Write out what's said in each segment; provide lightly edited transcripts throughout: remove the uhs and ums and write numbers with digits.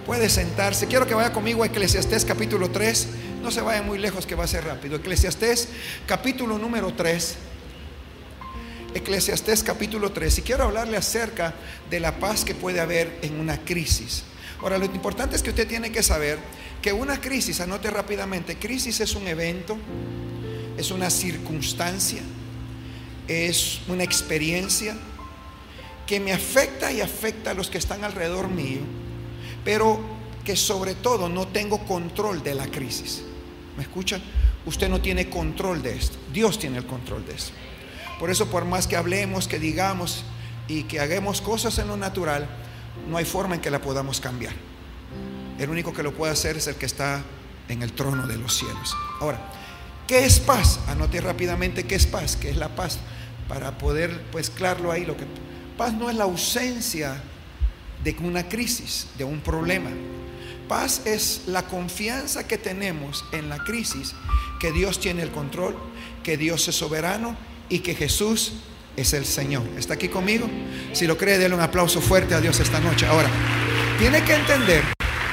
Puede sentarse. Quiero que vaya conmigo a Eclesiastés capítulo 3. No se vaya muy lejos, que va a ser rápido. Eclesiastés capítulo número 3. Eclesiastés capítulo 3. Y quiero hablarle acerca de la paz que puede haber en una crisis. Ahora, lo importante es que usted tiene que saber que una crisis, anote rápidamente, crisis es un evento, es una circunstancia, es una experiencia que me afecta y afecta a los que están alrededor mío, pero que sobre todo no tengo control de la crisis. ¿Me escuchan? Usted no tiene control de esto. Dios tiene el control de esto. Por eso, por más que hablemos, que digamos y que hagamos cosas en lo natural, no hay forma en que la podamos cambiar. El único que lo puede hacer es el que está en el trono de los cielos. Ahora, ¿qué es paz? Anote rápidamente qué es paz, qué es la paz, para poder mezclarlo ahí. Paz no es la ausencia de una crisis, de un problema. Paz es la confianza que tenemos en la crisis, que Dios tiene el control, que Dios es soberano y que Jesús es el Señor. ¿Está aquí conmigo? Si lo cree, déle un aplauso fuerte a Dios esta noche. Ahora, tiene que entender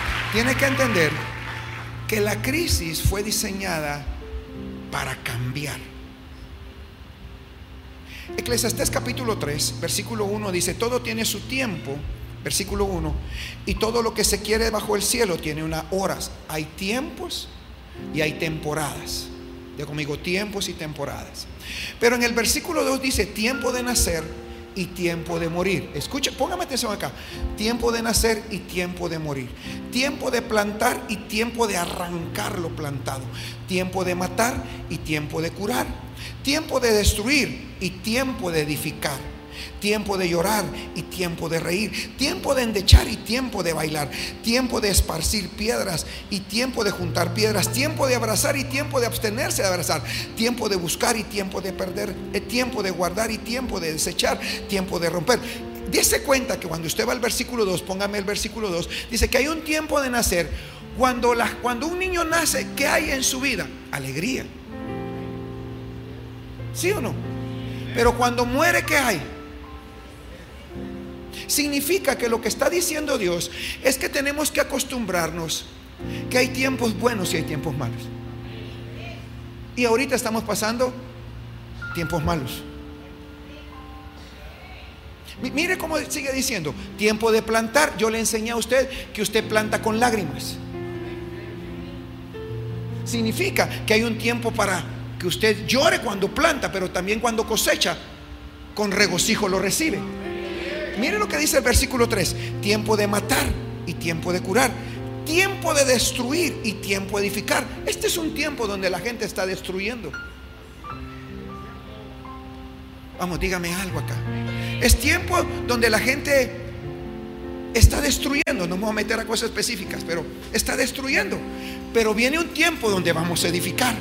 que la crisis fue diseñada para cambiar. Eclesiastés capítulo 3, versículo 1 dice: todo tiene su tiempo, versículo 1, y todo lo que se quiere bajo el cielo tiene unas horas. Hay tiempos y hay temporadas. Diga conmigo, tiempos y temporadas. Pero en el versículo 2 dice: tiempo de nacer y tiempo de morir. Escucha, póngame atención acá. Tiempo de nacer y tiempo de morir. Tiempo de plantar y tiempo de arrancar lo plantado. Tiempo de matar y tiempo de curar. Tiempo de destruir y tiempo de edificar. Tiempo de llorar y tiempo de reír. Tiempo de endechar y tiempo de bailar. Tiempo de esparcir piedras y tiempo de juntar piedras. Tiempo de abrazar y tiempo de abstenerse de abrazar. Tiempo de buscar y tiempo de perder. Tiempo de guardar y tiempo de desechar. Tiempo de romper. Dese cuenta que cuando usted va al versículo 2, póngame el versículo 2, dice que hay un tiempo de nacer. Cuando un niño nace, ¿qué hay en su vida? Alegría. ¿Sí o no? Pero cuando muere, ¿qué hay? Significa que lo que está diciendo Dios es que tenemos que acostumbrarnos que hay tiempos buenos y hay tiempos malos. Y ahorita estamos pasando tiempos malos. Mire cómo sigue diciendo: tiempo de plantar. Yo le enseñé a usted que usted planta con lágrimas. Significa que hay un tiempo para que usted llore cuando planta, pero también cuando cosecha, con regocijo lo recibe. Mire lo que dice el versículo 3: tiempo de matar y tiempo de curar. Tiempo de destruir y tiempo de edificar. Este es un tiempo donde la gente está destruyendo. Vamos, dígame algo acá. Es tiempo donde la gente está destruyendo. No me voy a meter a cosas específicas, pero está destruyendo. Pero viene un tiempo donde vamos a edificar.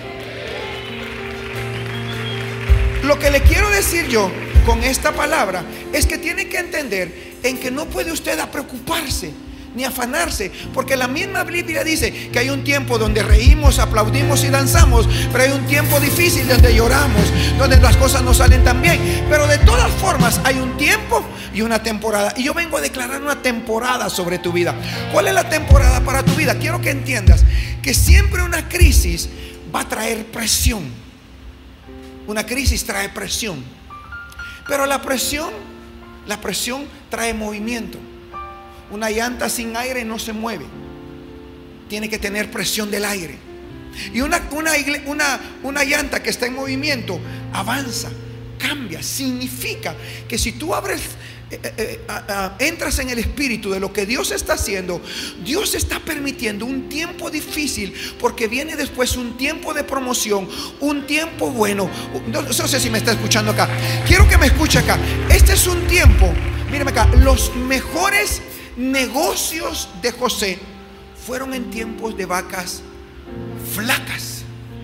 Lo que le quiero decir yo con esta palabra es que tiene que entender en que no puede usted preocuparse ni afanarse, porque la misma Biblia dice que hay un tiempo donde reímos, aplaudimos y danzamos, pero hay un tiempo difícil donde lloramos, donde las cosas no salen tan bien. Pero de todas formas hay un tiempo y una temporada, y yo vengo a declarar una temporada sobre tu vida. ¿Cuál es la temporada para tu vida? Quiero que entiendas que siempre una crisis va a traer presión. Una crisis trae presión, pero la presión trae movimiento. Una llanta sin aire no se mueve. Tiene que tener presión del aire. Y una llanta que está en movimiento avanza, cambia. Significa que si tú entras en el espíritu de lo que Dios está haciendo, Dios está permitiendo un tiempo difícil, porque viene después un tiempo de promoción, un tiempo bueno. No sé si me está escuchando acá. Quiero que me escuche acá. Este es un tiempo, mírame acá, los mejores negocios de José fueron en tiempos de vacas flacas.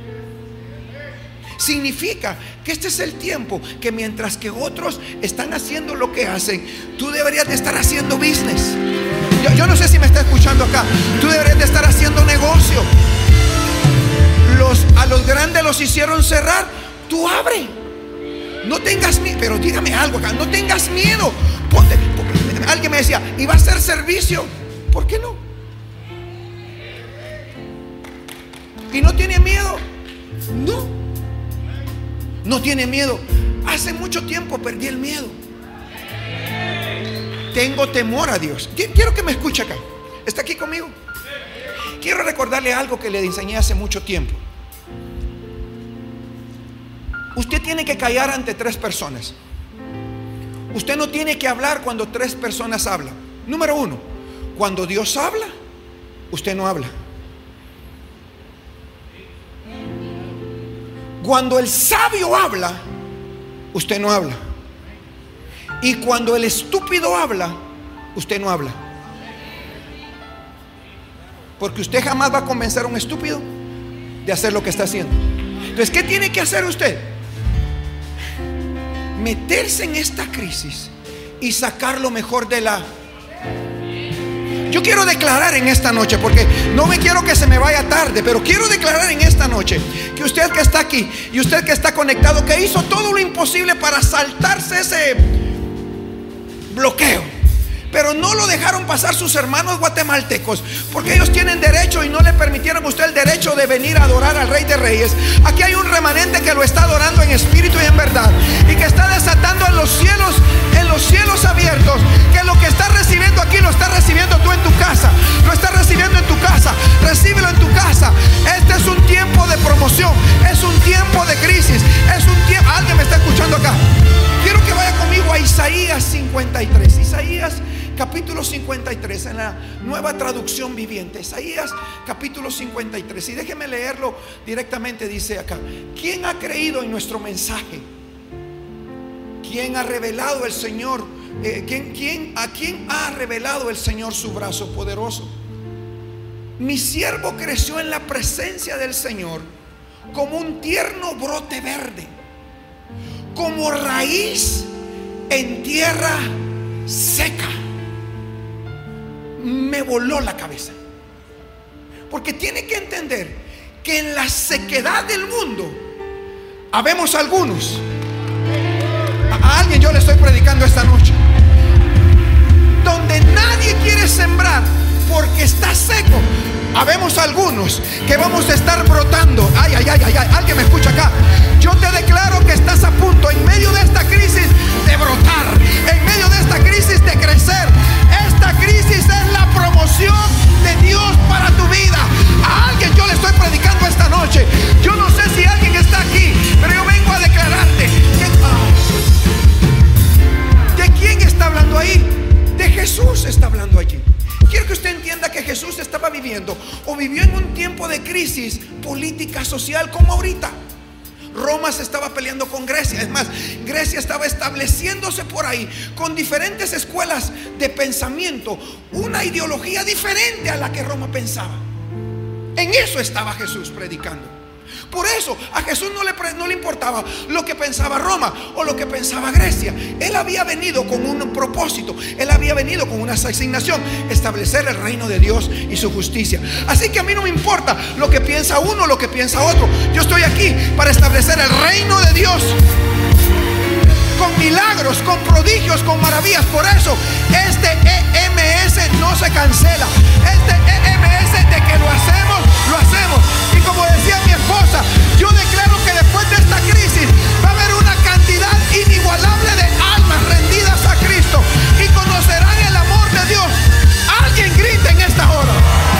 Significa que este es el tiempo que mientras que otros están haciendo lo que hacen, tú deberías de estar haciendo business. Yo no sé si me está escuchando acá. Tú deberías de estar haciendo negocio. A los grandes los hicieron cerrar. Tú abre. No tengas miedo. Pero dígame algo acá, no tengas miedo. Alguien me decía: ¿y va a ser servicio? ¿Por qué no? ¿Y no tiene miedo? No. No tiene miedo. Hace mucho tiempo perdí el miedo. Tengo temor a Dios. Quiero que me escuche acá. ¿Está aquí conmigo? Quiero recordarle algo que le enseñé hace mucho tiempo. Usted tiene que callar ante 3 personas. Usted no tiene que hablar cuando 3 personas hablan. Número 1, cuando Dios habla, usted no habla. Cuando el sabio habla, usted no habla. Y cuando el estúpido habla, usted no habla. Porque usted jamás va a convencer a un estúpido de hacer lo que está haciendo. Entonces, ¿qué tiene que hacer usted? Meterse en esta crisis y sacar lo mejor de la... Yo quiero declarar en esta noche, porque no me quiero que se me vaya tarde, pero quiero declarar en esta noche que usted que está aquí y usted que está conectado, que hizo todo lo imposible para saltarse ese bloqueo, pero no lo dejaron pasar sus hermanos guatemaltecos, porque ellos tienen derecho y no le permitieron a usted el derecho de venir a adorar al Rey de Reyes. Aquí hay un remanente que lo está adorando en espíritu y en verdad, y que está desatando en los cielos abiertos, que lo que está recibiendo aquí lo está recibiendo tú en tu casa, lo está recibiendo en tu casa. Recíbelo en tu casa. Este es un tiempo de promoción, es un tiempo de crisis, es un tiempo... Alguien me está escuchando acá. Quiero que vaya conmigo a Isaías 53. Isaías capítulo 53 en la Nueva Traducción Viviente. Isaías capítulo 53. Y déjeme leerlo directamente. Dice acá: ¿quién ha creído en nuestro mensaje? ¿Quién ha revelado el Señor? ¿A quién ha revelado el Señor su brazo poderoso? Mi siervo creció en la presencia del Señor como un tierno brote verde, como raíz en tierra seca. Me voló la cabeza, porque tiene que entender que en la sequedad del mundo habemos algunos. A alguien yo le estoy predicando esta noche, donde nadie quiere sembrar porque está seco. Habemos algunos que vamos a estar brotando. Ay, ay, ay, ay, ay. Alguien me escucha acá. Yo te declaro que estás a punto, en medio de esta crisis, de brotar, en medio de esta crisis, de crecer. Esta crisis es la promoción de Dios para tu vida. A alguien yo le estoy predicando esta noche. Yo no sé si alguien está aquí, pero yo vengo a declararte ¿de quién está hablando ahí? De Jesús está hablando allí. Quiero que usted entienda que Jesús estaba viviendo o vivió en un tiempo de crisis política, social, como ahorita. Roma se estaba peleando con Grecia. Es más, Grecia estaba estableciéndose por ahí con diferentes escuelas de pensamiento, una ideología diferente a la que Roma pensaba. En eso estaba Jesús predicando. Por eso a Jesús no le importaba lo que pensaba Roma o lo que pensaba Grecia. Él había venido con un propósito. Él había venido con una asignación: establecer el reino de Dios y su justicia. Así que a mí no me importa lo que piensa uno o lo que piensa otro. Yo estoy aquí para establecer el reino de Dios, con milagros, con prodigios, con maravillas. Por eso este EMS no se cancela. Este EMS, de que lo hacemos, lo hacemos. Y como decía mi esposa, yo declaro que después de esta crisis va a haber una cantidad inigualable de almas rendidas a Cristo y conocerán el amor de Dios. Alguien grita en esta hora.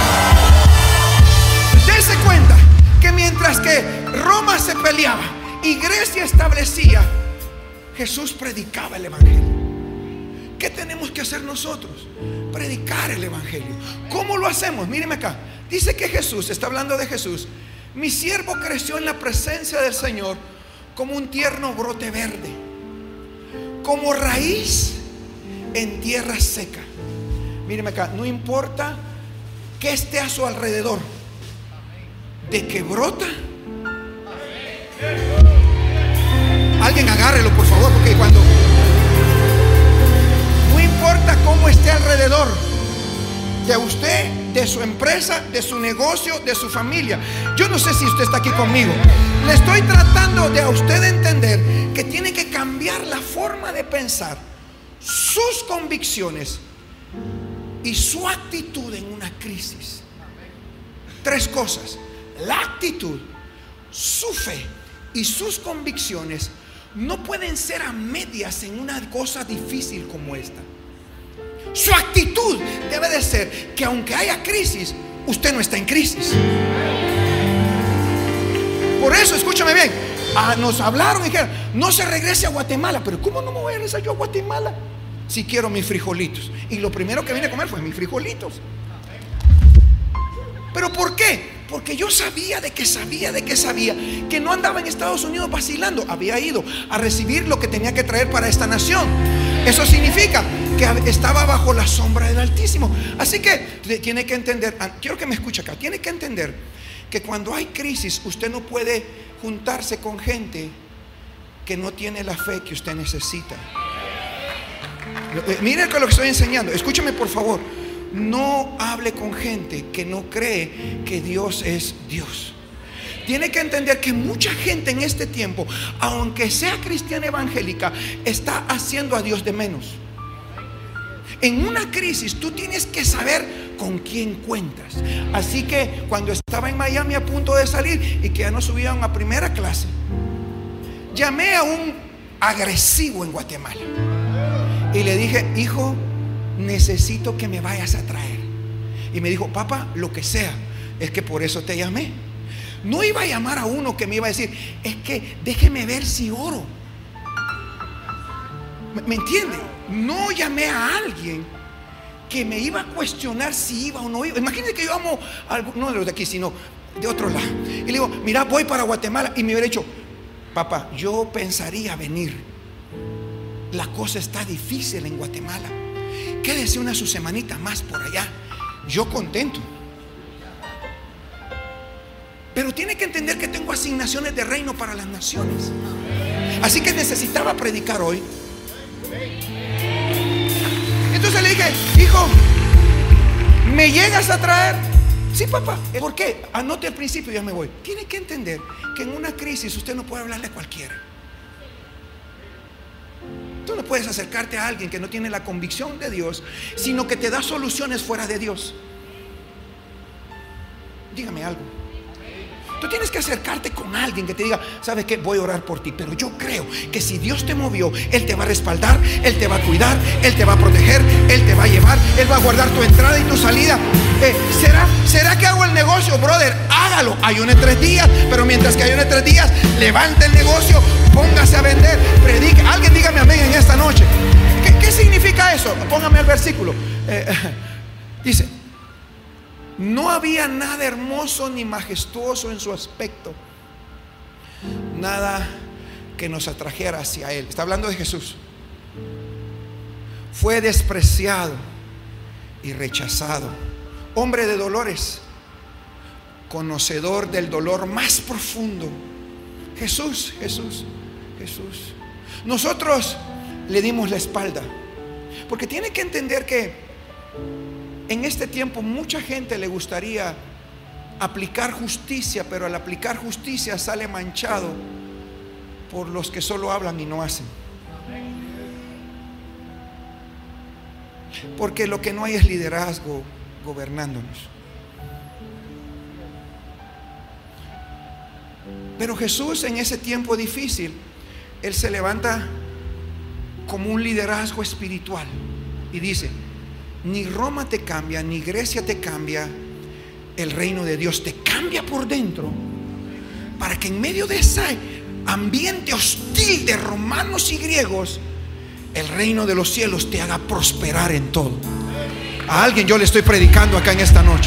Dese cuenta que mientras que Roma se peleaba y Grecia establecía, Jesús predicaba el evangelio. ¿Qué tenemos que hacer nosotros? Predicar el evangelio. ¿Cómo lo hacemos? Míreme acá. Dice que Jesús, está hablando de Jesús: mi siervo creció en la presencia del Señor como un tierno brote verde, como raíz en tierra seca. Míreme acá. No importa que esté a su alrededor, de que brota. Alguien agárrelo, por favor, porque cuando... No importa cómo esté alrededor de usted, de su empresa, de su negocio, de su familia. Yo no sé si usted está aquí conmigo. Le estoy tratando de a usted entender que tiene que cambiar la forma de pensar, sus convicciones, y su actitud en una crisis. Tres cosas: la actitud, su fe y sus convicciones no pueden ser a medias en una cosa difícil como esta. Su actitud debe de ser que aunque haya crisis, usted no está en crisis. Por eso, escúchame bien, nos hablaron y dijeron: no se regrese a Guatemala. Pero ¿cómo no me voy a regresar yo a Guatemala si quiero mis frijolitos? Y lo primero que vine a comer fue mis frijolitos. ¿Pero por qué? Porque yo sabía que no andaba en Estados Unidos vacilando. Había ido a recibir lo que tenía que traer para esta nación. Eso significa que estaba bajo la sombra del Altísimo. Así que tiene que entender, quiero que me escuche acá, tiene que entender que cuando hay crisis, usted no puede juntarse con gente que no tiene la fe que usted necesita. Miren lo que estoy enseñando. Escúcheme por favor. No hable con gente que no cree que Dios es Dios. Tiene que entender que mucha gente en este tiempo, aunque sea cristiana evangélica, está haciendo a Dios de menos. En una crisis tú tienes que saber con quién cuentas. Así que cuando estaba en Miami a punto de salir y que ya no subían a primera clase, llamé a un agresivo en Guatemala y le dije: hijo, necesito que me vayas a traer. Y me dijo: papá, lo que sea. Es que por eso te llamé. No iba a llamar a uno que me iba a decir: es que déjeme ver si oro. ¿Me entiende? No llamé a alguien que me iba a cuestionar si iba o no iba. Imagínense que yo amo no de los de aquí, sino de otro lado. Y le digo: mira, voy para Guatemala. Y me hubiera dicho: papá, yo pensaría venir. La cosa está difícil en Guatemala. Quédese una su semanita más por allá. Yo contento. Pero tiene que entender que tengo asignaciones de reino para las naciones. Así que necesitaba predicar hoy. Entonces le dije: hijo, ¿me llegas a traer? Sí, papá. ¿Por qué? Anote al principio, ya me voy. Tiene que entender que en una crisis usted no puede hablarle a cualquiera. Tú no puedes acercarte a alguien que no tiene la convicción de Dios, sino que te da soluciones fuera de Dios. Dígame algo. Tú tienes que acercarte con alguien que te diga: ¿sabes qué? Voy a orar por ti, pero yo creo que si Dios te movió, Él te va a respaldar, Él te va a cuidar, Él te va a proteger, Él te va a llevar, Él va a guardar tu entrada y tu salida. ¿Será que hago el negocio? Brother, hágalo. Ayune 3 días, pero mientras que ayune 3 días, levante el negocio, póngase a vender, predique. Alguien dígame amén en esta noche. ¿Qué significa eso? Póngame el versículo. Dice: no había nada hermoso ni majestuoso en su aspecto, nada que nos atrajera hacia Él. Está hablando de Jesús. Fue despreciado y rechazado, hombre de dolores, conocedor del dolor más profundo. Jesús. Nosotros le dimos la espalda, porque tiene que entender que en este tiempo mucha gente le gustaría aplicar justicia, pero al aplicar justicia sale manchado por los que solo hablan y no hacen. Porque lo que no hay es liderazgo gobernándonos. Pero Jesús, en ese tiempo difícil, Él se levanta como un liderazgo espiritual y dice: ni Roma te cambia, ni Grecia te cambia, el reino de Dios te cambia por dentro, para que en medio de ese ambiente hostil de romanos y griegos, el reino de los cielos te haga prosperar en todo. A alguien yo le estoy predicando acá en esta noche.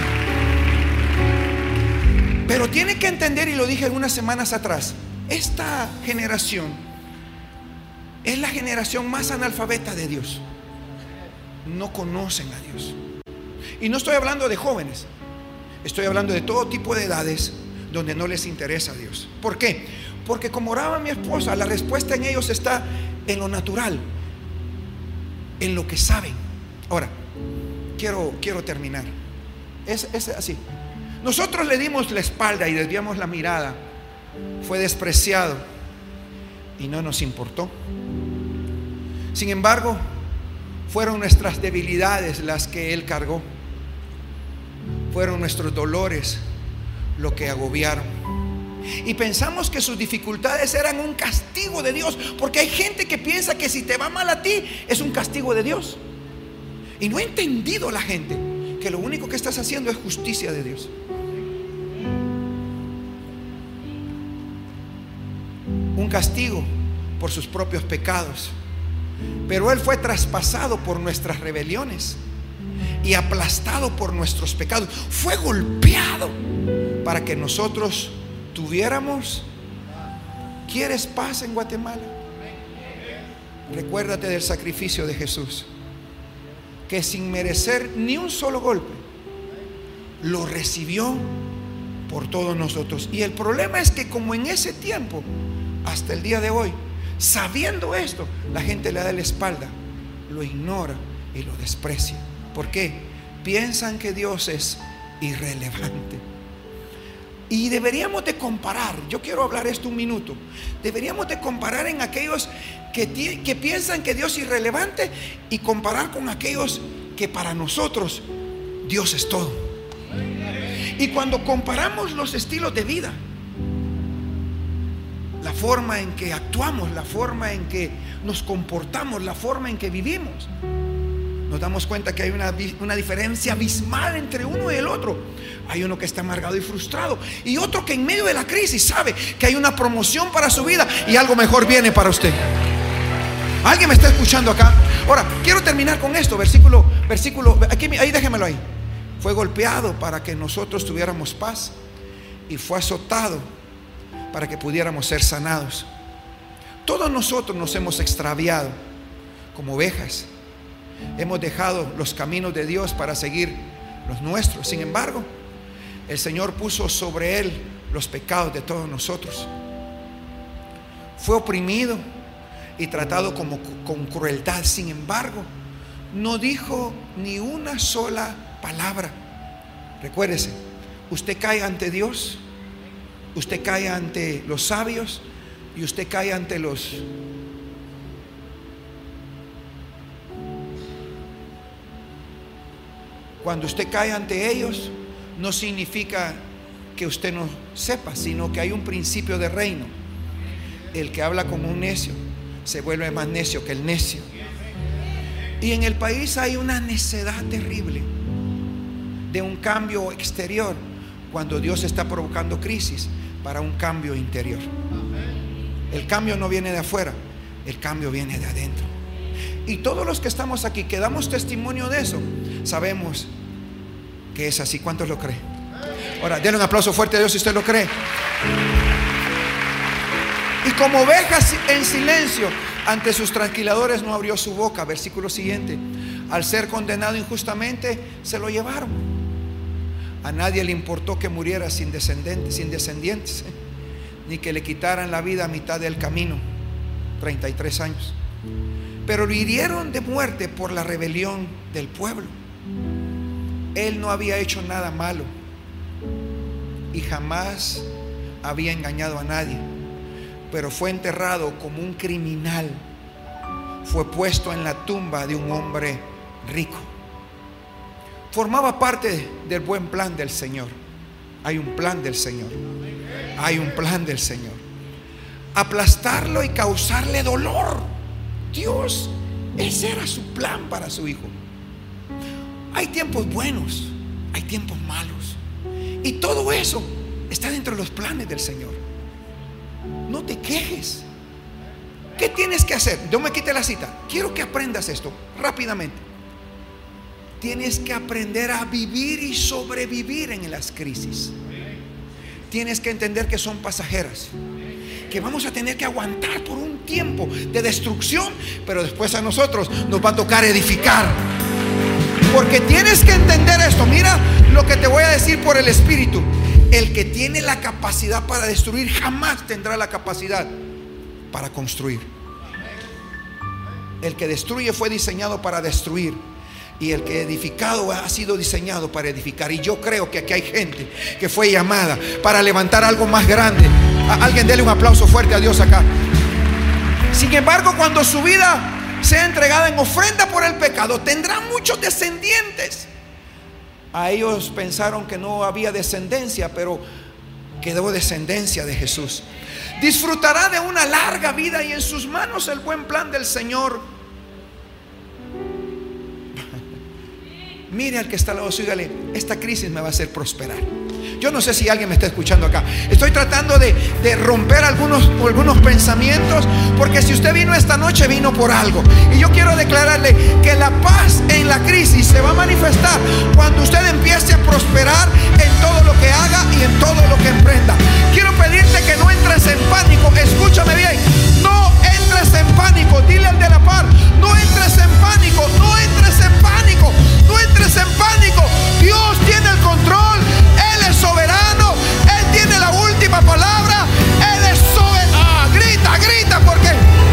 Pero tiene que entender, y lo dije unas semanas atrás, esta generación es la generación más analfabeta de Dios. No conocen a Dios. Y no estoy hablando de jóvenes, estoy hablando de todo tipo de edades donde no les interesa a Dios. ¿Por qué? Porque como oraba mi esposa, la respuesta en ellos está en lo natural, en lo que saben. Ahora, quiero terminar. Es así. Nosotros le dimos la espalda y desviamos la mirada. Fue despreciado y no nos importó. Sin embargo, Fueron nuestras debilidades las que Él cargó. Fueron nuestros dolores lo que agobiaron. Y pensamos que sus dificultades eran un castigo de Dios, porque hay gente que piensa que si te va mal a ti es un castigo de Dios. Y no ha entendido la gente que lo único que estás haciendo es justicia de Dios. Un castigo por sus propios pecados, pero Él fue traspasado por nuestras rebeliones y aplastado por nuestros pecados. Fue golpeado para que nosotros tuviéramos. ¿Quieres paz en Guatemala? Recuérdate del sacrificio de Jesús, que sin merecer ni un solo golpe lo recibió por todos nosotros. Y el problema es que, como en ese tiempo, hasta el día de hoy, sabiendo esto, la gente le da la espalda, lo ignora y lo desprecia. ¿Por qué? Piensan que Dios es irrelevante. Y deberíamos de comparar. Yo quiero hablar esto un minuto. Deberíamos de comparar en aquellos que piensan que Dios es irrelevante, y comparar con aquellos que para nosotros Dios es todo. Y cuando comparamos los estilos de vida, la forma en que actuamos, la forma en que nos comportamos, la forma en que vivimos, nos damos cuenta que hay una diferencia abismal entre uno y el otro. Hay uno que está amargado y frustrado, y otro que en medio de la crisis sabe que hay una promoción para su vida y algo mejor viene para usted. ¿Alguien me está escuchando acá? Ahora, quiero terminar con esto. Versículo, aquí, ahí déjemelo ahí. Fue golpeado para que nosotros tuviéramos paz, y fue azotado para que pudiéramos ser sanados. Todos nosotros nos hemos extraviado como ovejas. Hemos dejado los caminos de Dios para seguir los nuestros. Sin embargo, el Señor puso sobre Él los pecados de todos nosotros. Fue oprimido y tratado con crueldad. Sin embargo, no dijo ni una sola palabra. Recuérdese, usted cae ante Dios, usted cae ante los sabios, y usted cae ante los cuando usted cae ante ellos, no significa que usted no sepa, sino que hay un principio de reino. El que habla como un necio se vuelve más necio que el necio. Y en el país hay una necedad terrible de un cambio exterior, cuando Dios está provocando crisis para un cambio interior. El cambio no viene de afuera, el cambio viene de adentro. Y todos los que estamos aquí, que damos testimonio de eso, sabemos que es así. ¿Cuántos lo creen? Ahora, denle un aplauso fuerte a Dios si usted lo cree. Y como ovejas en silencio ante sus trasquiladores, no abrió su boca. Versículo siguiente. Al ser condenado injustamente, se lo llevaron. A nadie le importó que muriera sin descendientes, ni que le quitaran la vida a mitad del camino. 33 años. Pero lo hirieron de muerte por la rebelión del pueblo. Él no había hecho nada malo y jamás había engañado a nadie, pero fue enterrado como un criminal. Fue puesto en la tumba de un hombre rico. Formaba parte del buen plan del Señor. Hay un plan del Señor. Hay un plan del Señor. Aplastarlo y causarle dolor. Dios, ese era su plan para su hijo. Hay tiempos buenos, hay tiempos malos, y todo eso está dentro de los planes del Señor. No te quejes. ¿Qué tienes que hacer? Yo me quité la cita. Quiero que aprendas esto rápidamente. Tienes que aprender a vivir y sobrevivir en las crisis. Tienes que entender que son pasajeras, que vamos a tener que aguantar por un tiempo de destrucción, pero después a nosotros nos va a tocar edificar. Porque tienes que entender esto. Mira lo que te voy a decir por el Espíritu. El que tiene la capacidad para destruir jamás tendrá la capacidad para construir. El que destruye fue diseñado para destruir, y el que edificado ha sido diseñado para edificar. Y yo creo que aquí hay gente que fue llamada para levantar algo más grande. Alguien dele un aplauso fuerte a Dios acá. Sin embargo, cuando su vida sea entregada en ofrenda por el pecado, tendrá muchos descendientes. A ellos pensaron que no había descendencia, pero quedó descendencia de Jesús. Disfrutará de una larga vida y en sus manos el buen plan del Señor. Mire al que está al lado suyo y dígale: esta crisis me va a hacer prosperar. Yo no sé si alguien me está escuchando acá. Estoy tratando de romper algunos pensamientos, porque si usted vino esta noche, vino por algo. Y yo quiero declararle que la paz en la crisis se va a manifestar cuando usted empiece a prosperar en todo lo que haga y en todo lo que emprenda. Quiero pedirte que no entres en pánico. Escúchame bien: no entres en pánico. Dile al de la par: no entres en pánico, no entres en pánico, no entres en pánico. Dios tiene el control. Él es soberano. Él tiene la última palabra. Él es soberano. Grita, grita, porque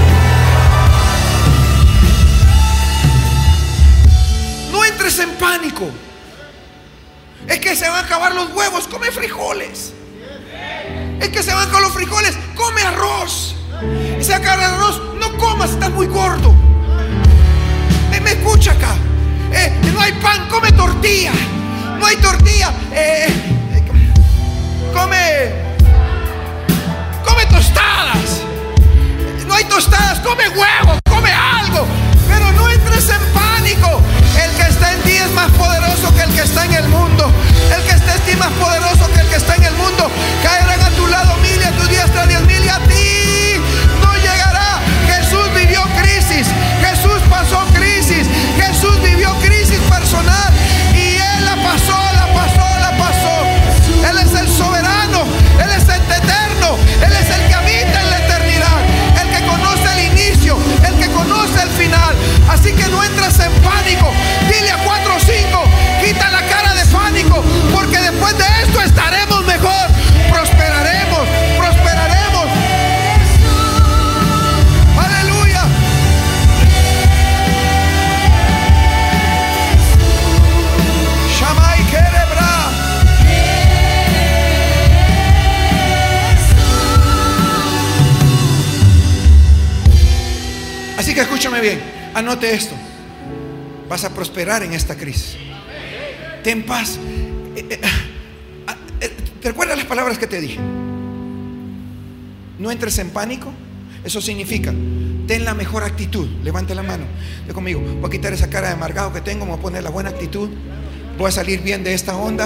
no entres en pánico. Es que se van a acabar los huevos, come frijoles. Es que se van a acabar los frijoles, come arroz. Y se acaba el arroz, no comas, estás muy gordo. Me escucha acá. No hay pan, come tortilla. No hay tortilla, come tostadas. No hay tostadas, come huevo, come algo. Pero no entres en pánico. El que está en ti es más poderoso que el que está en el mundo. El que está en ti es más poderoso que el que está en el mundo. Caerán a tu lado 1000 y a tu diestra 10,000, y a ti no llegará. Jesús vivió crisis. Jesús pasó crisis. Jesús vivió crisis personal. Y Él la pasó, la pasó, la pasó. Él es el soberano. Él es el eterno. Él es el que habita en la eternidad. El que conoce el inicio. El que conoce el final. Así que no entres en pánico. Dile a 4 o 5: quita la cara de pánico, porque después de esto estaremos mejor. Prosperaremos, prosperaremos. Aleluya. Shamay Kerebra. Así que escúchame bien, anote esto. Vas a prosperar en esta crisis. Ten paz. ¿Te recuerdas las palabras que te dije? No entres en pánico. Eso significa: ten la mejor actitud. Levante la mano. Ve conmigo: voy a quitar esa cara de amargado que tengo. Me voy a poner la buena actitud. Voy a salir bien de esta onda.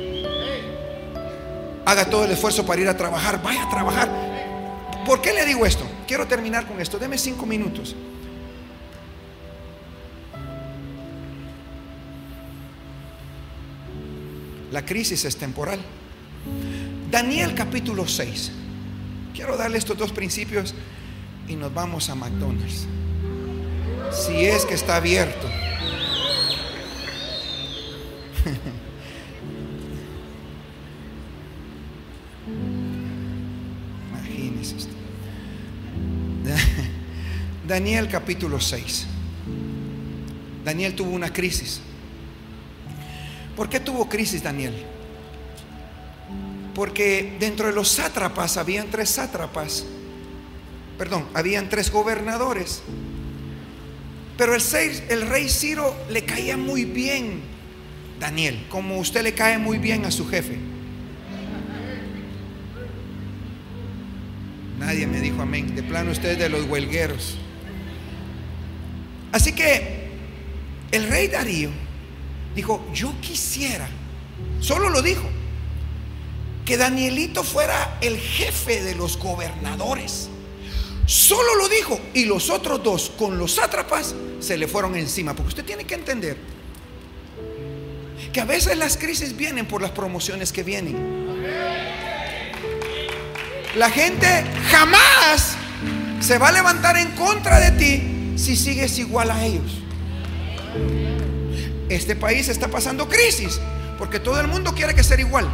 Haga todo el esfuerzo para ir a trabajar. Vaya a trabajar. ¿Por qué le digo esto? Quiero terminar con esto. Deme 5 minutos. La crisis es temporal. Daniel capítulo 6. Quiero darle estos 2 principios y nos vamos a McDonald's, si es que está abierto. Imagínese usted. Daniel capítulo 6. Daniel tuvo una crisis. ¿Por qué tuvo crisis Daniel? Porque dentro de los sátrapas habían 3 sátrapas. Habían 3 gobernadores. Pero el rey Ciro le caía muy bien Daniel, como usted le cae muy bien a su jefe. Nadie me dijo amén. De plano usted es de los huelgueros. Así que el rey Darío dijo: yo quisiera, solo lo dijo, que Danielito fuera el jefe de los gobernadores. Solo lo dijo. Y los otros 2 con los sátrapas se le fueron encima. Porque usted tiene que entender que a veces las crisis vienen por las promociones que vienen. La gente jamás se va a levantar en contra de ti si sigues igual a ellos. Este país está pasando crisis porque todo el mundo quiere que sea igual.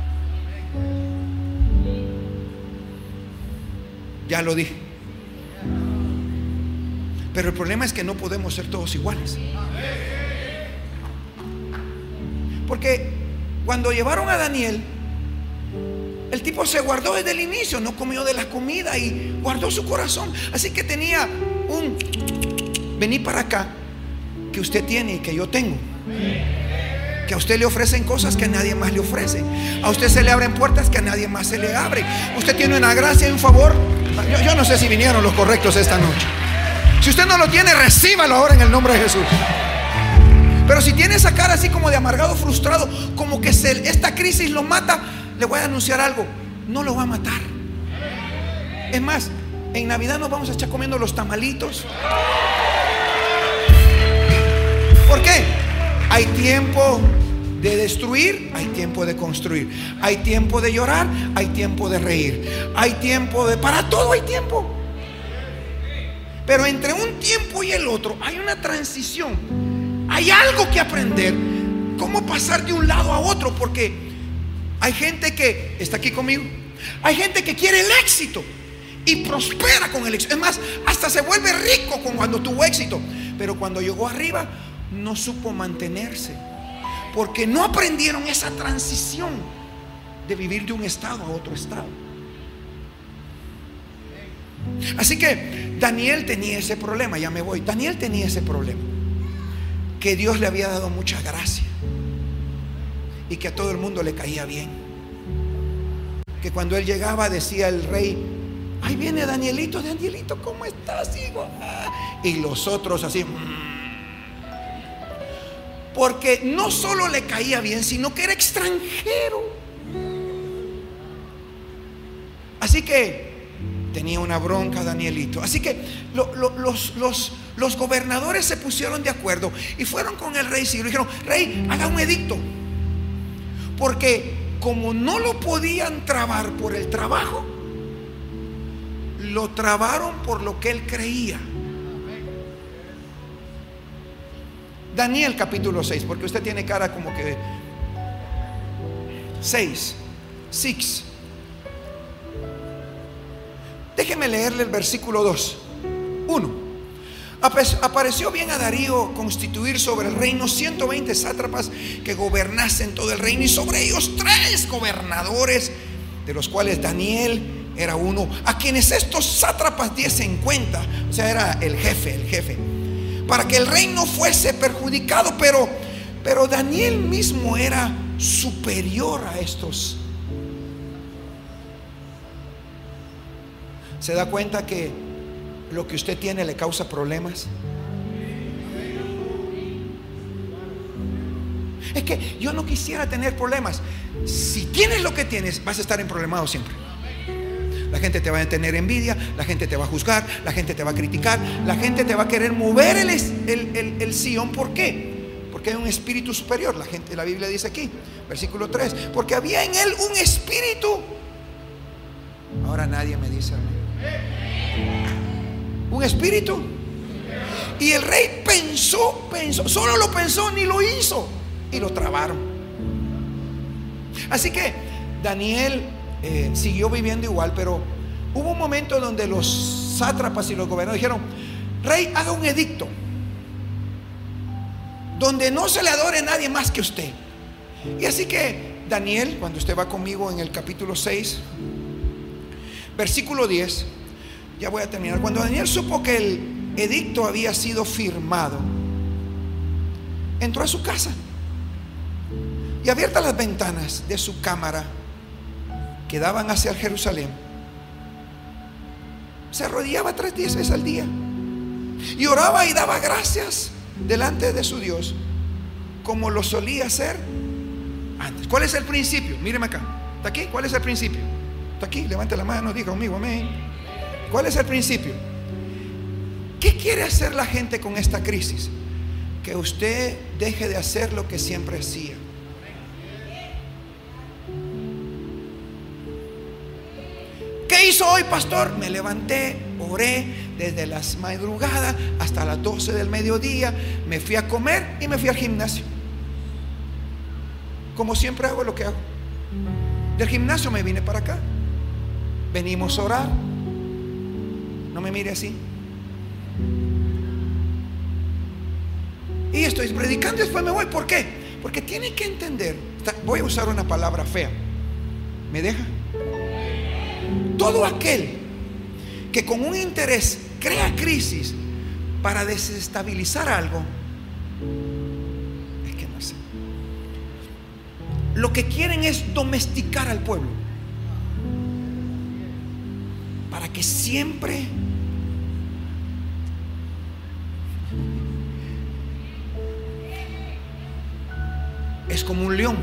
Ya lo dije. Pero el problema es que no podemos ser todos iguales. Porque cuando llevaron a Daniel, el tipo se guardó desde el inicio, no comió de la comida y guardó su corazón. Así que tenía vení para acá, que usted tiene y que yo tengo. Que a usted le ofrecen cosas que a nadie más le ofrece. A usted se le abren puertas que a nadie más se le abre. Usted tiene una gracia y un favor. Yo no sé si vinieron los correctos esta noche. Si usted no lo tiene, recíbalo ahora en el nombre de Jesús. Pero si tiene esa cara así como de amargado, frustrado, como que esta crisis lo mata, le voy a anunciar algo: no lo va a matar. Es más, en Navidad nos vamos a echar comiendo los tamalitos. ¿Por qué? Hay tiempo de destruir, hay tiempo de construir. Hay tiempo de llorar, hay tiempo de reír. Hay tiempo de... Para todo hay tiempo. Pero entre un tiempo y el otro hay una transición. Hay algo que aprender. Cómo pasar de un lado a otro. Porque hay gente que está aquí conmigo. Hay gente que quiere el éxito y prospera con el éxito. Es más, hasta se vuelve rico cuando tuvo éxito. Pero cuando llegó arriba, no supo mantenerse, porque no aprendieron esa transición de vivir de un estado a otro estado. Así que Daniel tenía ese problema. Ya me voy. Daniel tenía ese problema, que Dios le había dado mucha gracia y que a todo el mundo le caía bien. Que cuando él llegaba decía el rey: ahí viene Danielito. Danielito, ¿cómo estás, hijo? Y los otros así, porque no solo le caía bien, sino que era extranjero. Así que tenía una bronca Danielito. Así que los gobernadores se pusieron de acuerdo y fueron con el rey Ciro y dijeron: rey, haga un edicto, porque como no lo podían trabar por el trabajo, lo trabaron por lo que él creía. Daniel capítulo 6, porque usted tiene cara como que 6. Déjeme leerle el versículo 2. 1. Apareció bien a Darío constituir sobre el reino 120 sátrapas que gobernasen todo el reino, y sobre ellos 3 gobernadores, de los cuales Daniel era uno, a quienes estos sátrapas diesen cuenta. O sea, era el jefe, para que el reino fuese perjudicado. Pero Daniel mismo era superior a estos. ¿Se da cuenta que lo que usted tiene le causa problemas? Es que yo no quisiera tener problemas. Si tienes lo que tienes, vas a estar en problemado siempre. La gente te va a tener envidia, la gente te va a juzgar, la gente te va a criticar, la gente te va a querer mover el sillón. ¿Por qué? Porque hay un espíritu superior. La Biblia dice aquí, versículo 3, porque había en él un espíritu. Ahora nadie me dice amén. Un espíritu. Y el rey pensó, solo lo pensó, ni lo hizo, y lo trabaron. Así que Daniel siguió viviendo igual, pero hubo un momento donde los sátrapas y los gobernadores dijeron: rey, haga un edicto donde no se le adore a nadie más que usted. Y así que Daniel, cuando usted va conmigo en el capítulo 6, versículo 10, ya voy a terminar. Cuando Daniel supo que el edicto había sido firmado, entró a su casa y, abiertas las ventanas de su cámara que daban hacia Jerusalén, se arrodillaba 3 veces al día y oraba y daba gracias delante de su Dios, como lo solía hacer antes. ¿Cuál es el principio? Míreme acá. ¿Está aquí? ¿Cuál es el principio? ¿Está aquí? Levante la mano, diga conmigo amén. ¿Cuál es el principio? ¿Qué quiere hacer la gente con esta crisis? Que usted deje de hacer lo que siempre hacía. ¿Qué hizo hoy, pastor? Me levanté, oré desde las madrugadas hasta las 12 del mediodía, me fui a comer y me fui al gimnasio. Como siempre hago lo que hago. Del gimnasio me vine para acá. Venimos a orar. No me mire así. Y estoy predicando y después me voy. ¿Por qué? Porque tiene que entender. Voy a usar una palabra fea. ¿Me deja? Todo aquel que con un interés crea crisis para desestabilizar algo, es que no sé. Lo que quieren es domesticar al pueblo, para que siempre es como un león.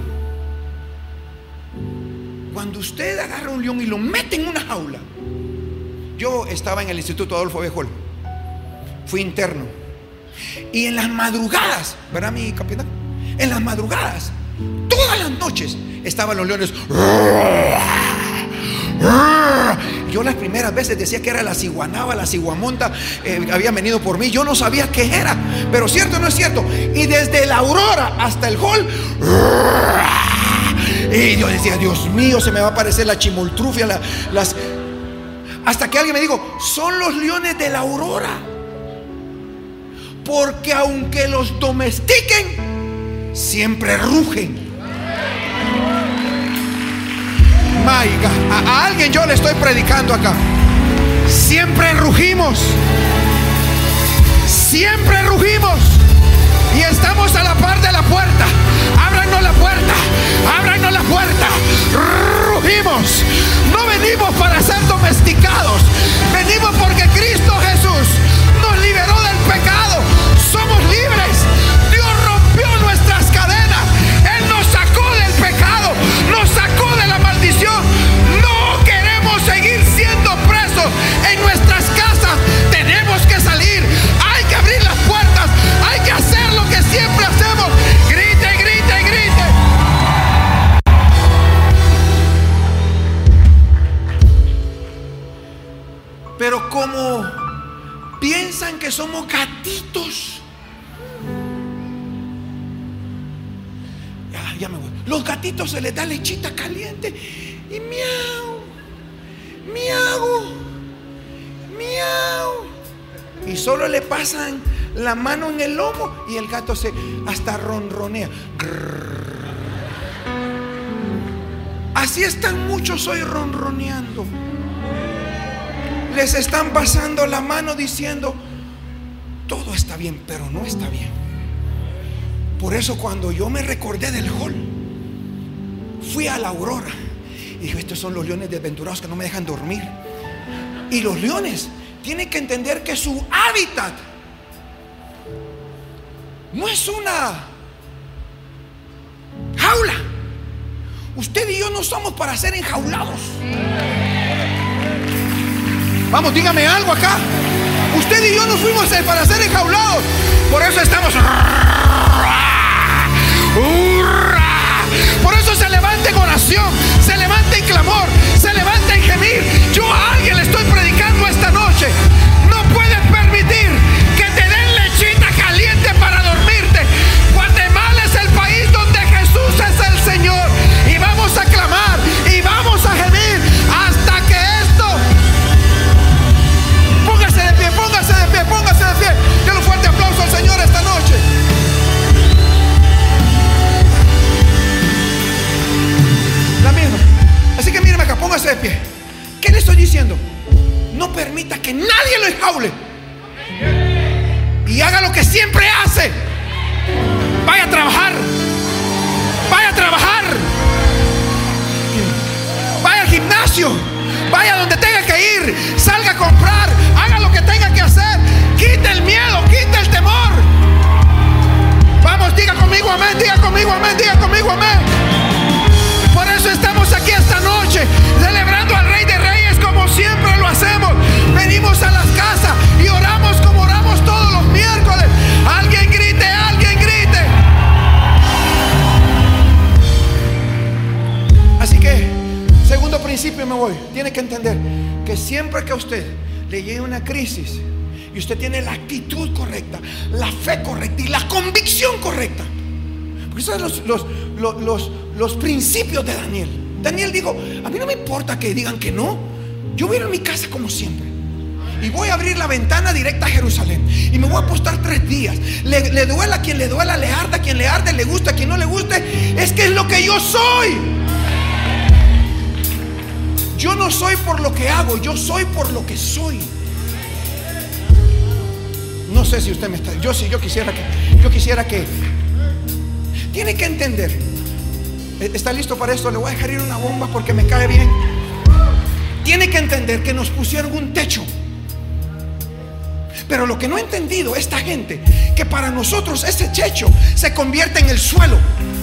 Cuando usted agarra un león y lo mete en una jaula. Yo estaba en el Instituto Adolfo Béjol, fui interno, y en las madrugadas, ¿verdad, mi capitán? En las madrugadas, todas las noches estaban los leones. Yo las primeras veces decía que era la ciguanaba, la ciguamonta, habían venido por mí. Yo no sabía qué era, pero cierto o no es cierto. Y desde la aurora hasta el hall, y yo decía, Dios mío, se me va a aparecer la chimoltrufia, hasta que alguien me dijo, son los leones de la aurora, porque aunque los domestiquen, siempre rugen. Maiga, a alguien yo le estoy predicando acá. Siempre rugimos. Siempre rugimos. Y estamos a la par de la puerta. Ábranos la puerta. Ábranos la puerta. Rugimos. No venimos para ser domesticados. Venimos porque Cristo Jesús nos liberó del pecado. Somos libres. Dios rompió nuestras cadenas. Él nos sacó del pecado. Nos sacó de la maldición. No queremos seguir siendo presos en nuestras casas. Tenemos que salir. Hay que abrir las puertas. Hay que hacer lo que siempre hacemos. Grite, grite, grite. Pero como piensan que somos gatitos, ya me voy. Los gatitos se les da lechita caliente y miau, miau, miau, y solo le pasan la mano en el lomo y el gato se hasta ronronea. Así están muchos hoy ronroneando. Les están pasando la mano diciendo, todo está bien, pero no está bien. Por eso cuando yo me recordé del hall, fui a la aurora y dije, estos son los leones desventurados que no me dejan dormir. Y los leones tienen que entender que su hábitat no es una jaula. Usted y yo no somos para ser enjaulados. Vamos, dígame algo acá. Usted y yo no fuimos para ser enjaulados. Por eso estamos. Por eso se levanta en oración, se levanta en clamor, se levanta en gemir. Yo a alguien le estoy predicando esta noche. No puedes permitir que te den lechita caliente para dormirte. Guatemala es el país donde Jesús es el Señor. Y vamos a clamar y vamos a gemir hasta que esto. Póngase de pie, póngase de pie, póngase de pie. Denle un fuerte aplauso al Señor esta noche. La misma. Así que míreme acá, póngase de pie. ¿Qué le estoy diciendo? No permita que nadie lo enjaule. Y haga lo que siempre hace. Vaya a trabajar. Vaya a trabajar. Vaya al gimnasio. Vaya donde tenga que ir. Salga a comprar. Haga lo que tenga que hacer. Quite el miedo, quite el temor. Vamos, diga conmigo amén. Diga conmigo amén. Diga conmigo amén. Por eso estamos aquí esta noche, celebrando al Rey de Reyes como siempre lo hacemos. Venimos a las casas y oramos como oramos todos los miércoles. Alguien grite, alguien grite. Así que, segundo principio me voy. Tiene que entender que siempre que a usted le llegue una crisis y usted tiene la actitud correcta, la fe correcta y la convicción correcta. Porque esos son los principios de Daniel. Daniel dijo, a mí no me importa que digan que no. Yo voy a ir a mi casa como siempre y voy a abrir la ventana directa a Jerusalén y me voy a postar 3 días. Le duela a quien le duela, le arda a quien le arde, le gusta a quien no le guste. Es que es lo que yo soy. Yo no soy por lo que hago, yo soy por lo que soy. No sé si usted me está. Yo sí, yo quisiera que. Tiene que entender. ¿Está listo para esto? Le voy a dejar ir una bomba porque me cae bien. Tiene que entender que nos pusieron un techo. Pero lo que no ha entendido esta gente, que para nosotros ese techo se convierte en el suelo.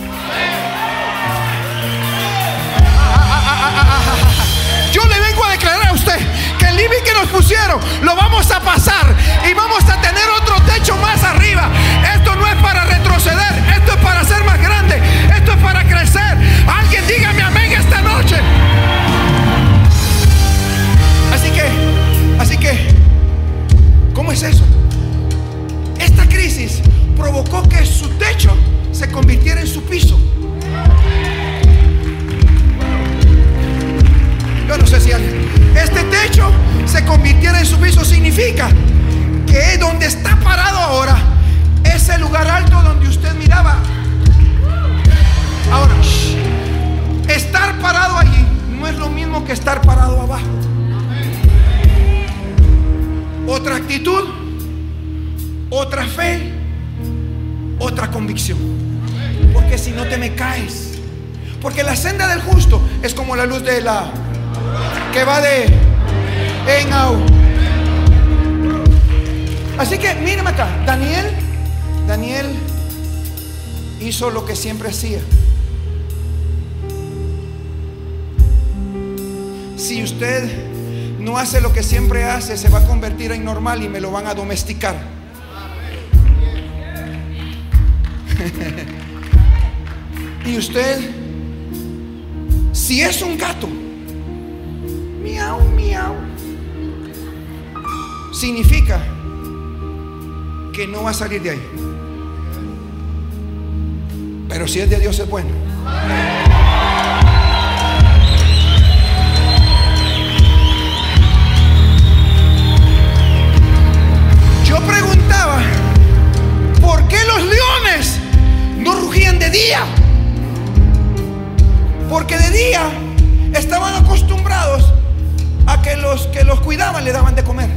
Yo le vengo a declarar a usted que el living que nos pusieron lo vamos a pasar y vamos a tener otro techo más arriba. Esto no es para retroceder, esto es para ser más grande, esto es para crecer. Alguien dígame amén esta noche. Así que ¿cómo es eso? Esta crisis provocó que su techo se convirtiera en su piso. Yo no sé si este techo se convirtiera en su piso. Significa que donde está parado ahora es el lugar alto donde usted miraba. Ahora, estar parado allí no es lo mismo que estar parado abajo. Otra actitud, otra fe, otra convicción. Porque si no te me caes. Porque la senda del justo es como la luz de la que va de en a. Así que mírame acá. Daniel hizo lo que siempre hacía. Si usted no hace lo que siempre hace, se va a convertir en normal y me lo van a domesticar. Y usted, si es un gato, miau, miau, significa que no va a salir de ahí. Pero si es de Dios es bueno. Yo preguntaba, ¿por qué los leones no rugían de día? Porque de día estaban acostumbrados a que los cuidaban le daban de comer.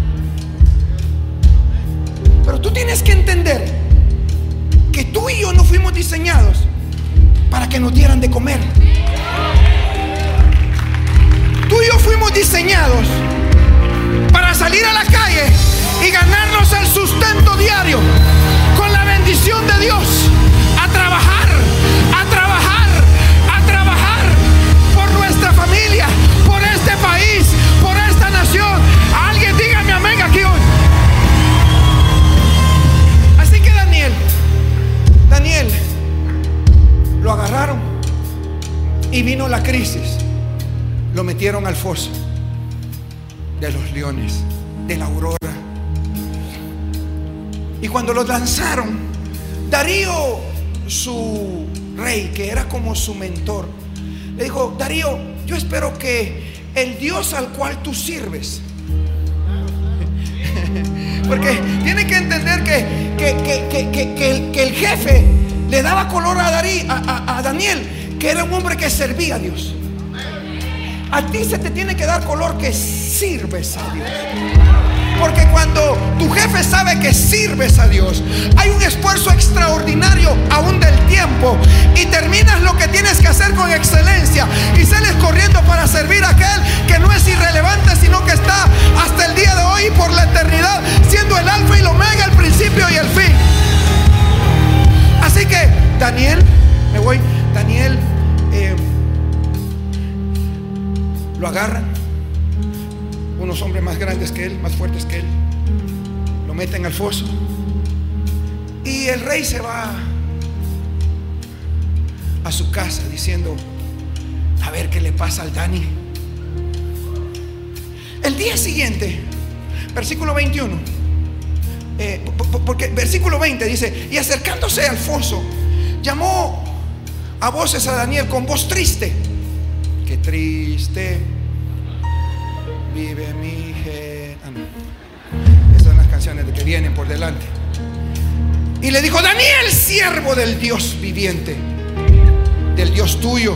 Pero tú tienes que entender que tú y yo no fuimos diseñados para que nos dieran de comer. Tú y yo fuimos diseñados para salir a la calle y ganarnos el sustento diario con la bendición de Dios, a trabajar, a trabajar, a trabajar por nuestra familia, por este país, por esta nación. Alguien dígame amén aquí hoy. Así que Daniel lo agarraron y vino la crisis. Lo metieron al foso de los leones, de la aurora. Y cuando los lanzaron, Darío, su rey, que era como su mentor, le dijo: Darío, yo espero que el Dios al cual tú sirves, porque tiene que entender que el jefe le daba color a Daniel, que era un hombre que servía a Dios. A ti se te tiene que dar color que sirves a Dios. Porque cuando tu jefe sabe que sirves a Dios, hay un esfuerzo extraordinario aún del tiempo, y terminas lo que tienes que hacer con excelencia y sales corriendo para servir a aquel que no es irrelevante, sino que está hasta el día de hoy y por la eternidad, siendo el alfa y el omega, el principio y el fin. Así que Daniel lo agarran unos hombres más grandes que él, más fuertes que él, lo meten al foso, y el rey se va a su casa diciendo: a ver qué le pasa al Dani. El día siguiente, versículo 21, porque versículo 20 dice: y acercándose al foso, llamó a voces a Daniel con voz triste. Qué triste vive mi gente. Esas son las canciones de que vienen por delante. Y le dijo: Daniel, siervo del Dios viviente, del Dios tuyo,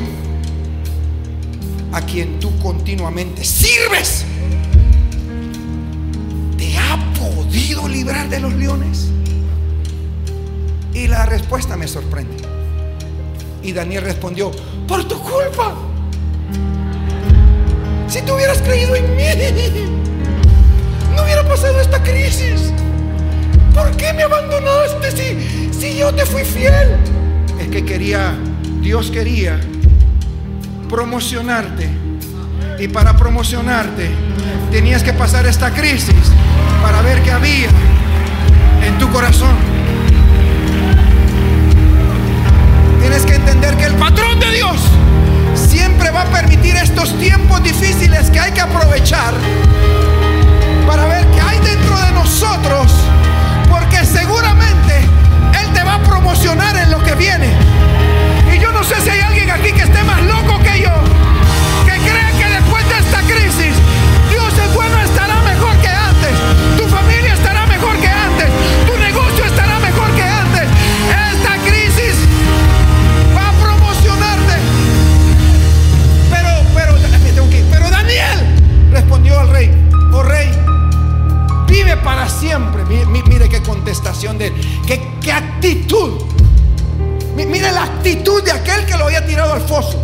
a quien tú continuamente sirves, ¿te ha podido podido librar de los leones? Y la respuesta me sorprende. Y Daniel respondió: por tu culpa. Si tú hubieras creído en mí, no hubiera pasado esta crisis. ¿Por qué me abandonaste si yo te fui fiel? Es que Dios quería promocionarte. Y para promocionarte tenías que pasar esta crisis para ver qué había en tu corazón. Tienes que entender que el patrón de Dios siempre va a permitir estos tiempos difíciles que hay que aprovechar para ver qué hay dentro de nosotros, porque seguramente Él te va a promocionar en lo que viene. Y yo no sé si hay alguien aquí que esté más loco que yo, que cree que después de esta crisis Dios es bueno, estará mejor que antes, tu familia estará mejor que antes, tu negocio estará mejor que antes. Esta crisis va a promocionarte. Pero Daniel respondió al rey: oh rey, vive para siempre. Mire qué contestación de él, qué actitud. Mire la actitud de aquel que lo había tirado al foso.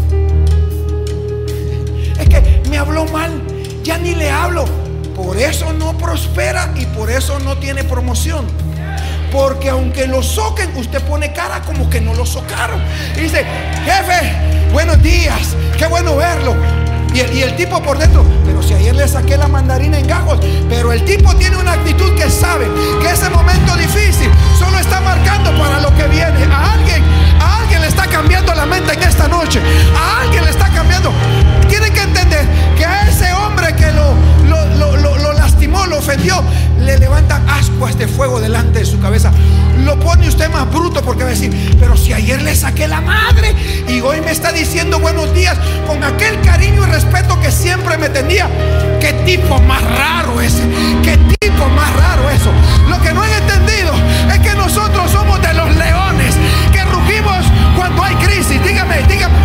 Es que me habló mal, ya ni le hablo. Por eso no prospera y por eso no tiene promoción. Porque aunque lo soquen, usted pone cara como que no lo socaron. Y dice: jefe, buenos días, qué bueno verlo. Y el tipo por dentro: pero si ayer le saqué la mandarina en gajos. Pero el tipo tiene una actitud que sabe que ese momento difícil solo está marcando para lo que viene. A alguien le está cambiando la mente en esta noche. A alguien le está cambiando. Tienen que entender que a ese hombre que lo lastimó, lo ofendió, le levantan ascuas de fuego delante de su cabeza. Lo pone usted más bruto, porque va a decir: pero si ayer le saqué la madre y hoy me está diciendo buenos días con aquel cariño y respeto que siempre me tenía. Qué tipo más raro ese, qué tipo más raro eso. Lo que no han entendido es que nosotros somos de los leones que rugimos cuando hay crisis. Dígame.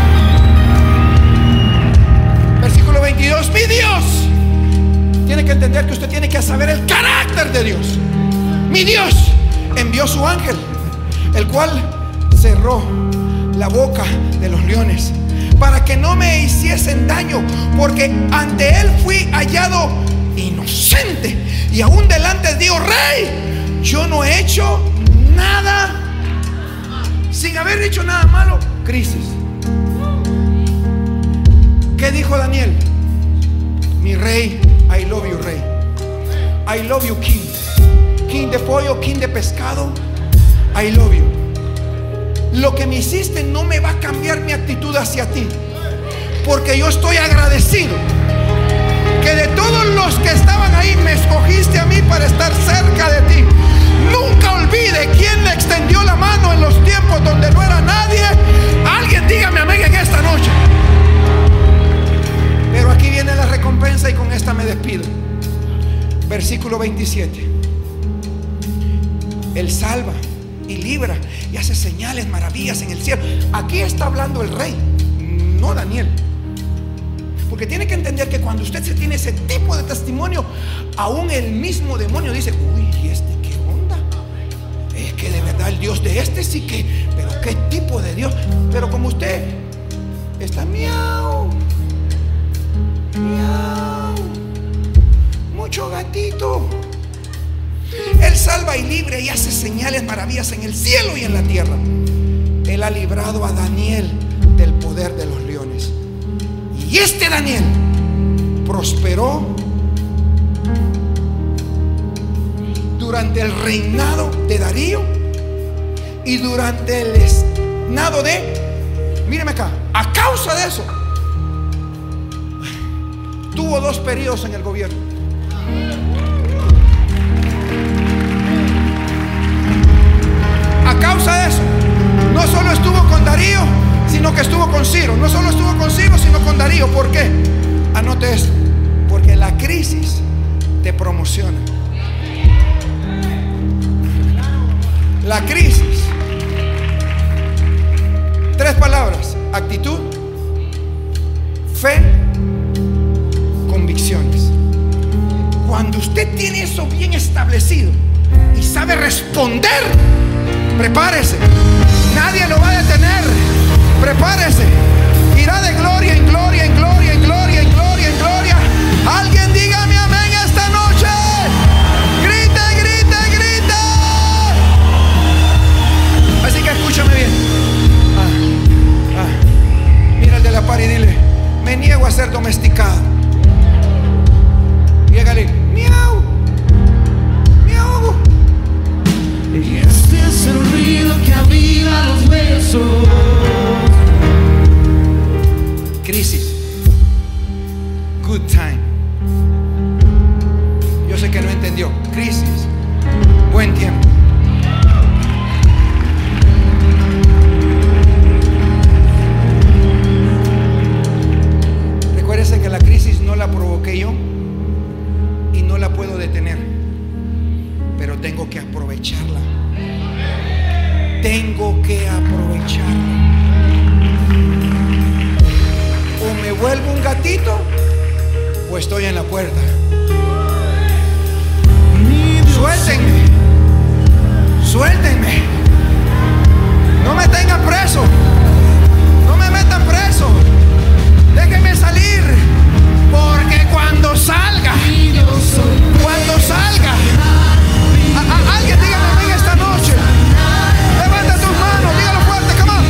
Versículo 22. Mi Dios. Tiene que entender que usted tiene que saber el carácter de Dios. Mi Dios envió su ángel, el cual cerró la boca de los leones para que no me hiciesen daño, porque ante él fui hallado inocente. Y aún delante de Dios, rey, yo no he hecho nada, sin haber hecho nada malo. Crisis. ¿Qué dijo Daniel? Mi rey, I love you, rey. I love you, king. King de pollo, king de pescado, I love you. Lo que me hiciste no me va a cambiar mi actitud hacia ti, porque yo estoy agradecido que de todos los que estaban ahí me escogiste a mí para estar cerca de ti. Nunca olvide quién le extendió la mano en los tiempos donde no era nadie. Alguien dígame amén en esta noche. Pero aquí viene la recompensa y con esta me despido. Versículo 27. Él salva y libra y hace señales, maravillas en el cielo. Aquí está hablando el rey, no Daniel. Porque tiene que entender que cuando usted se tiene ese tipo de testimonio, aún el mismo demonio dice: uy, ¿y este qué onda? Es que de verdad el Dios de este sí que, pero qué tipo de Dios. Pero como usted está miau, miau, mucho gatito. Él salva y libre y hace señales, maravillas en el cielo y en la tierra. Él ha librado a Daniel del poder de los leones. Y este Daniel prosperó durante el reinado de Darío y durante el reinado de, míreme acá, a causa de eso tuvo 2 periodos en el gobierno. A causa de eso, no solo estuvo con Darío, sino que estuvo con Ciro. No solo estuvo con Ciro, sino con Darío. ¿Por qué? Anote esto: porque la crisis te promociona. La crisis. 3 palabras: actitud, fe, convicciones. Cuando usted tiene eso bien establecido y sabe responder, prepárese. Nadie lo va a detener. Prepárese. Irá de gloria en gloria, en gloria, en gloria, en gloria, en gloria. Alguien dígame amén esta noche. Grite, grite, grite. Así que escúchame bien. Mira al de la par y dile: me niego a ser domesticado. Llégale: miau, miau. Y este es el ruido que aviva los huesos. Crisis. Good time. Yo sé que no entendió. Crisis. Buen tiempo. Recuérdese que la crisis no la provoqué yo y no la puedo detener, pero tengo que aprovecharla. Tengo que aprovecharla. O me vuelvo un gatito o estoy en la puerta. Suéltenme. Suéltenme. No me tengan preso. No me metan preso. Déjenme salir. Porque cuando salga, alguien dígame amén esta noche. Levanta tus manos, dígalo fuerte, come on.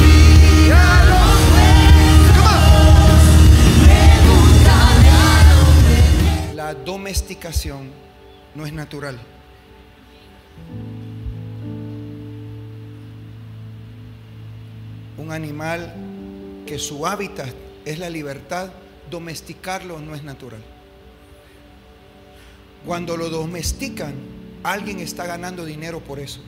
Come on. La domesticación no es natural. Un animal que su hábitat es la libertad, domesticarlo no es natural. Cuando lo domestican, alguien está ganando dinero por eso.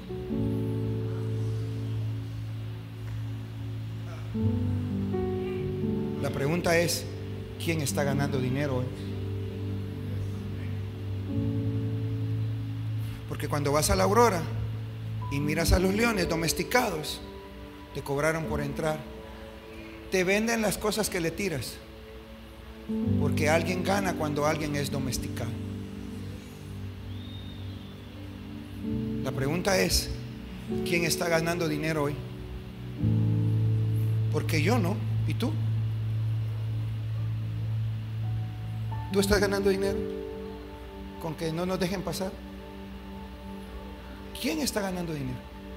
La pregunta es: ¿quién está ganando dinero hoy? Porque cuando vas a la Aurora y miras a los leones domesticados, te cobraron por entrar. Te venden las cosas que le tiras, porque alguien gana cuando alguien es domesticado. La pregunta es: ¿quién está ganando dinero hoy? Porque yo no. ¿Y tú? ¿Tú estás ganando dinero con que no nos dejen pasar? ¿Quién está ganando dinero?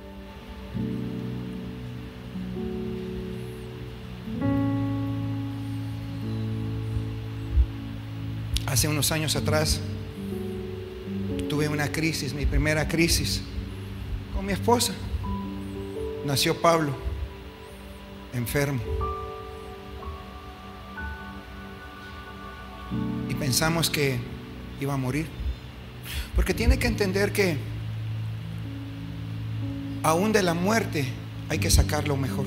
Hace unos años atrás tuve una crisis, mi primera crisis con mi esposa. Nació Pablo, enfermo, y pensamos que iba a morir. Porque tiene que entender que aún de la muerte hay que sacar lo mejor.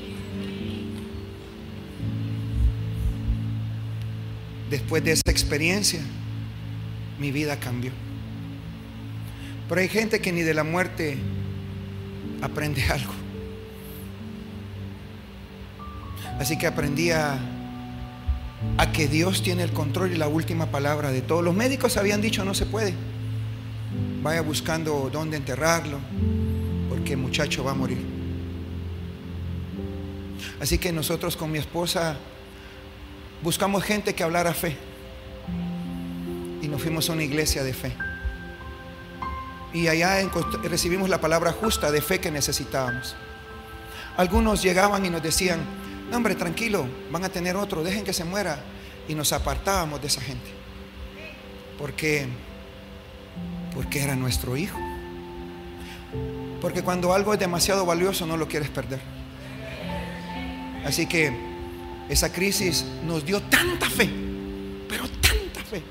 Después de esa experiencia, mi vida cambió. Pero hay gente que ni de la muerte aprende algo. Así que aprendí a que Dios tiene el control y la última palabra de todo. Los médicos habían dicho: no se puede. Vaya buscando dónde enterrarlo, porque el muchacho va a morir. Así que nosotros con mi esposa buscamos gente que hablara fe y nos fuimos a una iglesia de fe, y allá recibimos la palabra justa de fe que necesitábamos. Algunos llegaban y nos decían: no, hombre, tranquilo, van a tener otro, dejen que se muera. Y nos apartábamos de esa gente porque era nuestro hijo. Porque cuando algo es demasiado valioso, no lo quieres perder. Así que esa crisis nos dio tanta fe, pero tanta fe,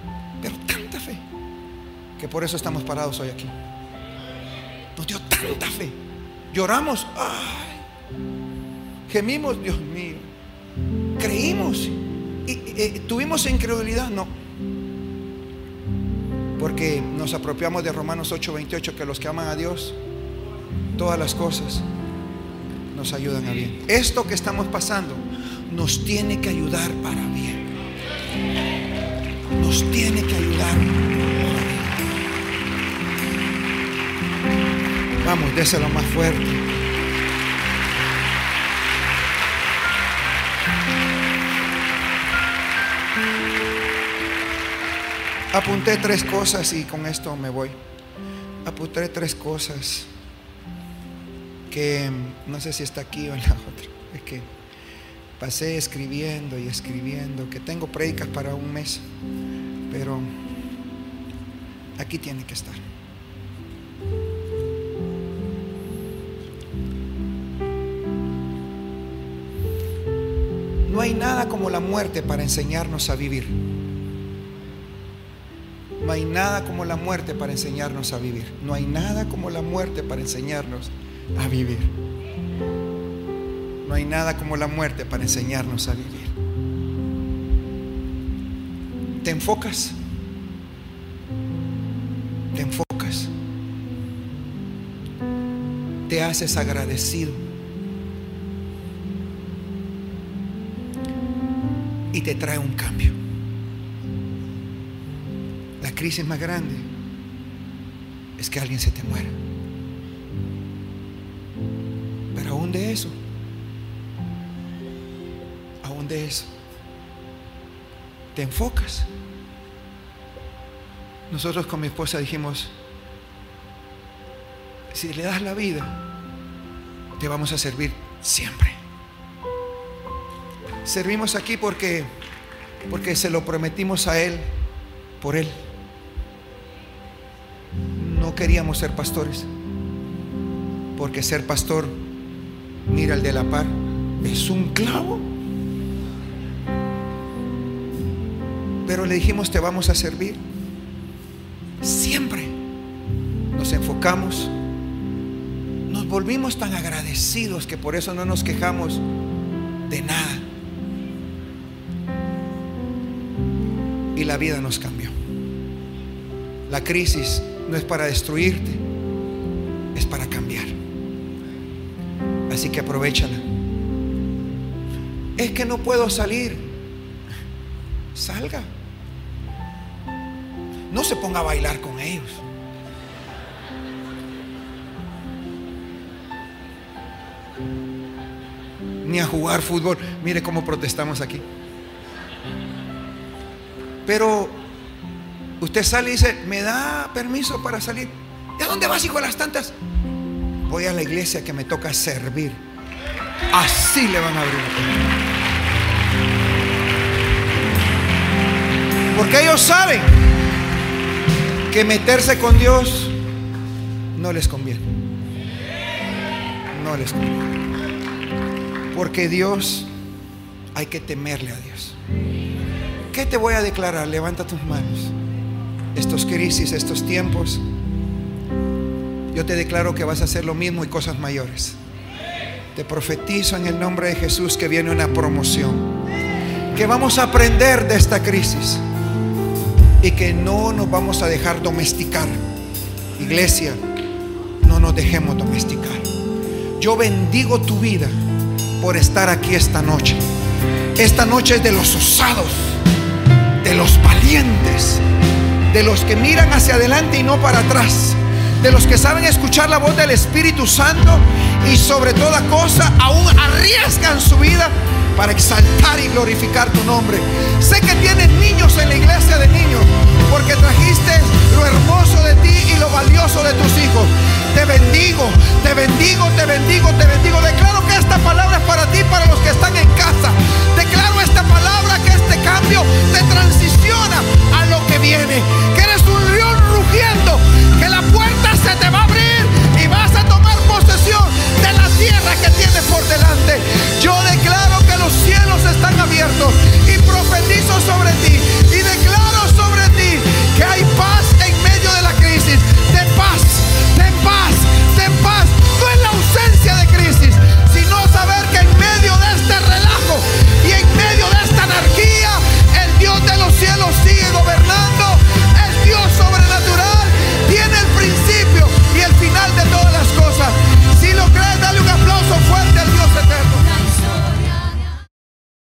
que por eso estamos parados hoy aquí. Nos dio tanta fe. Lloramos, ay, gemimos, Dios mío. Creímos y tuvimos incredulidad, no. Porque nos apropiamos de Romanos 8:28, que los que aman a Dios, todas las cosas nos ayudan a bien. Esto que estamos pasando nos tiene que ayudar para bien. nos tiene que ayudar. Vamos, déselo más fuerte. Apunté 3 cosas y con esto me voy. Apunté 3 cosas que no sé si está aquí o en la otra. Es que pasé escribiendo y escribiendo, que tengo prédicas para un mes, pero aquí tiene que estar. No hay nada como la muerte para enseñarnos a vivir. No hay nada como la muerte para enseñarnos a vivir. No hay nada como la muerte para enseñarnos a vivir. No hay nada como la muerte para enseñarnos a vivir. ¿Te enfocas? ¿Te enfocas? ¿Te haces agradecido? Y te trae un cambio. La crisis más grande es que alguien se te muera. Pero aún de eso, te enfocas. Nosotros con mi esposa dijimos, si le das la vida, te vamos a servir siempre. Servimos aquí porque se lo prometimos a Él, por Él. No queríamos ser pastores, porque ser pastor, mira el de la par, es un clavo. Pero le dijimos, te vamos a servir siempre. Nos enfocamos, nos volvimos tan agradecidos que por eso no nos quejamos de nada. Y la vida nos cambió. La crisis no es para destruirte, es para cambiar. Así que aprovéchala. Es que no puedo salir. Salga. No se ponga a bailar con ellos. Ni a jugar fútbol. Mire cómo protestamos aquí. Pero usted sale y dice, ¿me da permiso para salir? ¿De dónde vas, hijo de las tantas? Voy a la iglesia que me toca servir. Así le van a abrir. Porque ellos saben que meterse con Dios no les conviene. No les conviene. Porque Dios, hay que temerle a Dios. ¿Qué te voy a declarar? Levanta tus manos. Estos crisis, estos tiempos, yo te declaro que vas a hacer lo mismo y cosas mayores. Te profetizo en el nombre de Jesús que viene una promoción, que vamos a aprender de esta crisis y que no nos vamos a dejar domesticar. Iglesia, no nos dejemos domesticar. Yo bendigo tu vida por estar aquí esta noche. Esta noche es de los osados, de los valientes, de los que miran hacia adelante y no para atrás, de los que saben escuchar la voz del Espíritu Santo y sobre toda cosa aún arriesgan su vida para exaltar y glorificar tu nombre. Sé que tienen niños en la iglesia de niños, porque trajiste lo hermoso de ti y lo valioso de tus hijos. Te bendigo, te bendigo, te bendigo, te bendigo. Declaro que esta palabra es para ti, para los que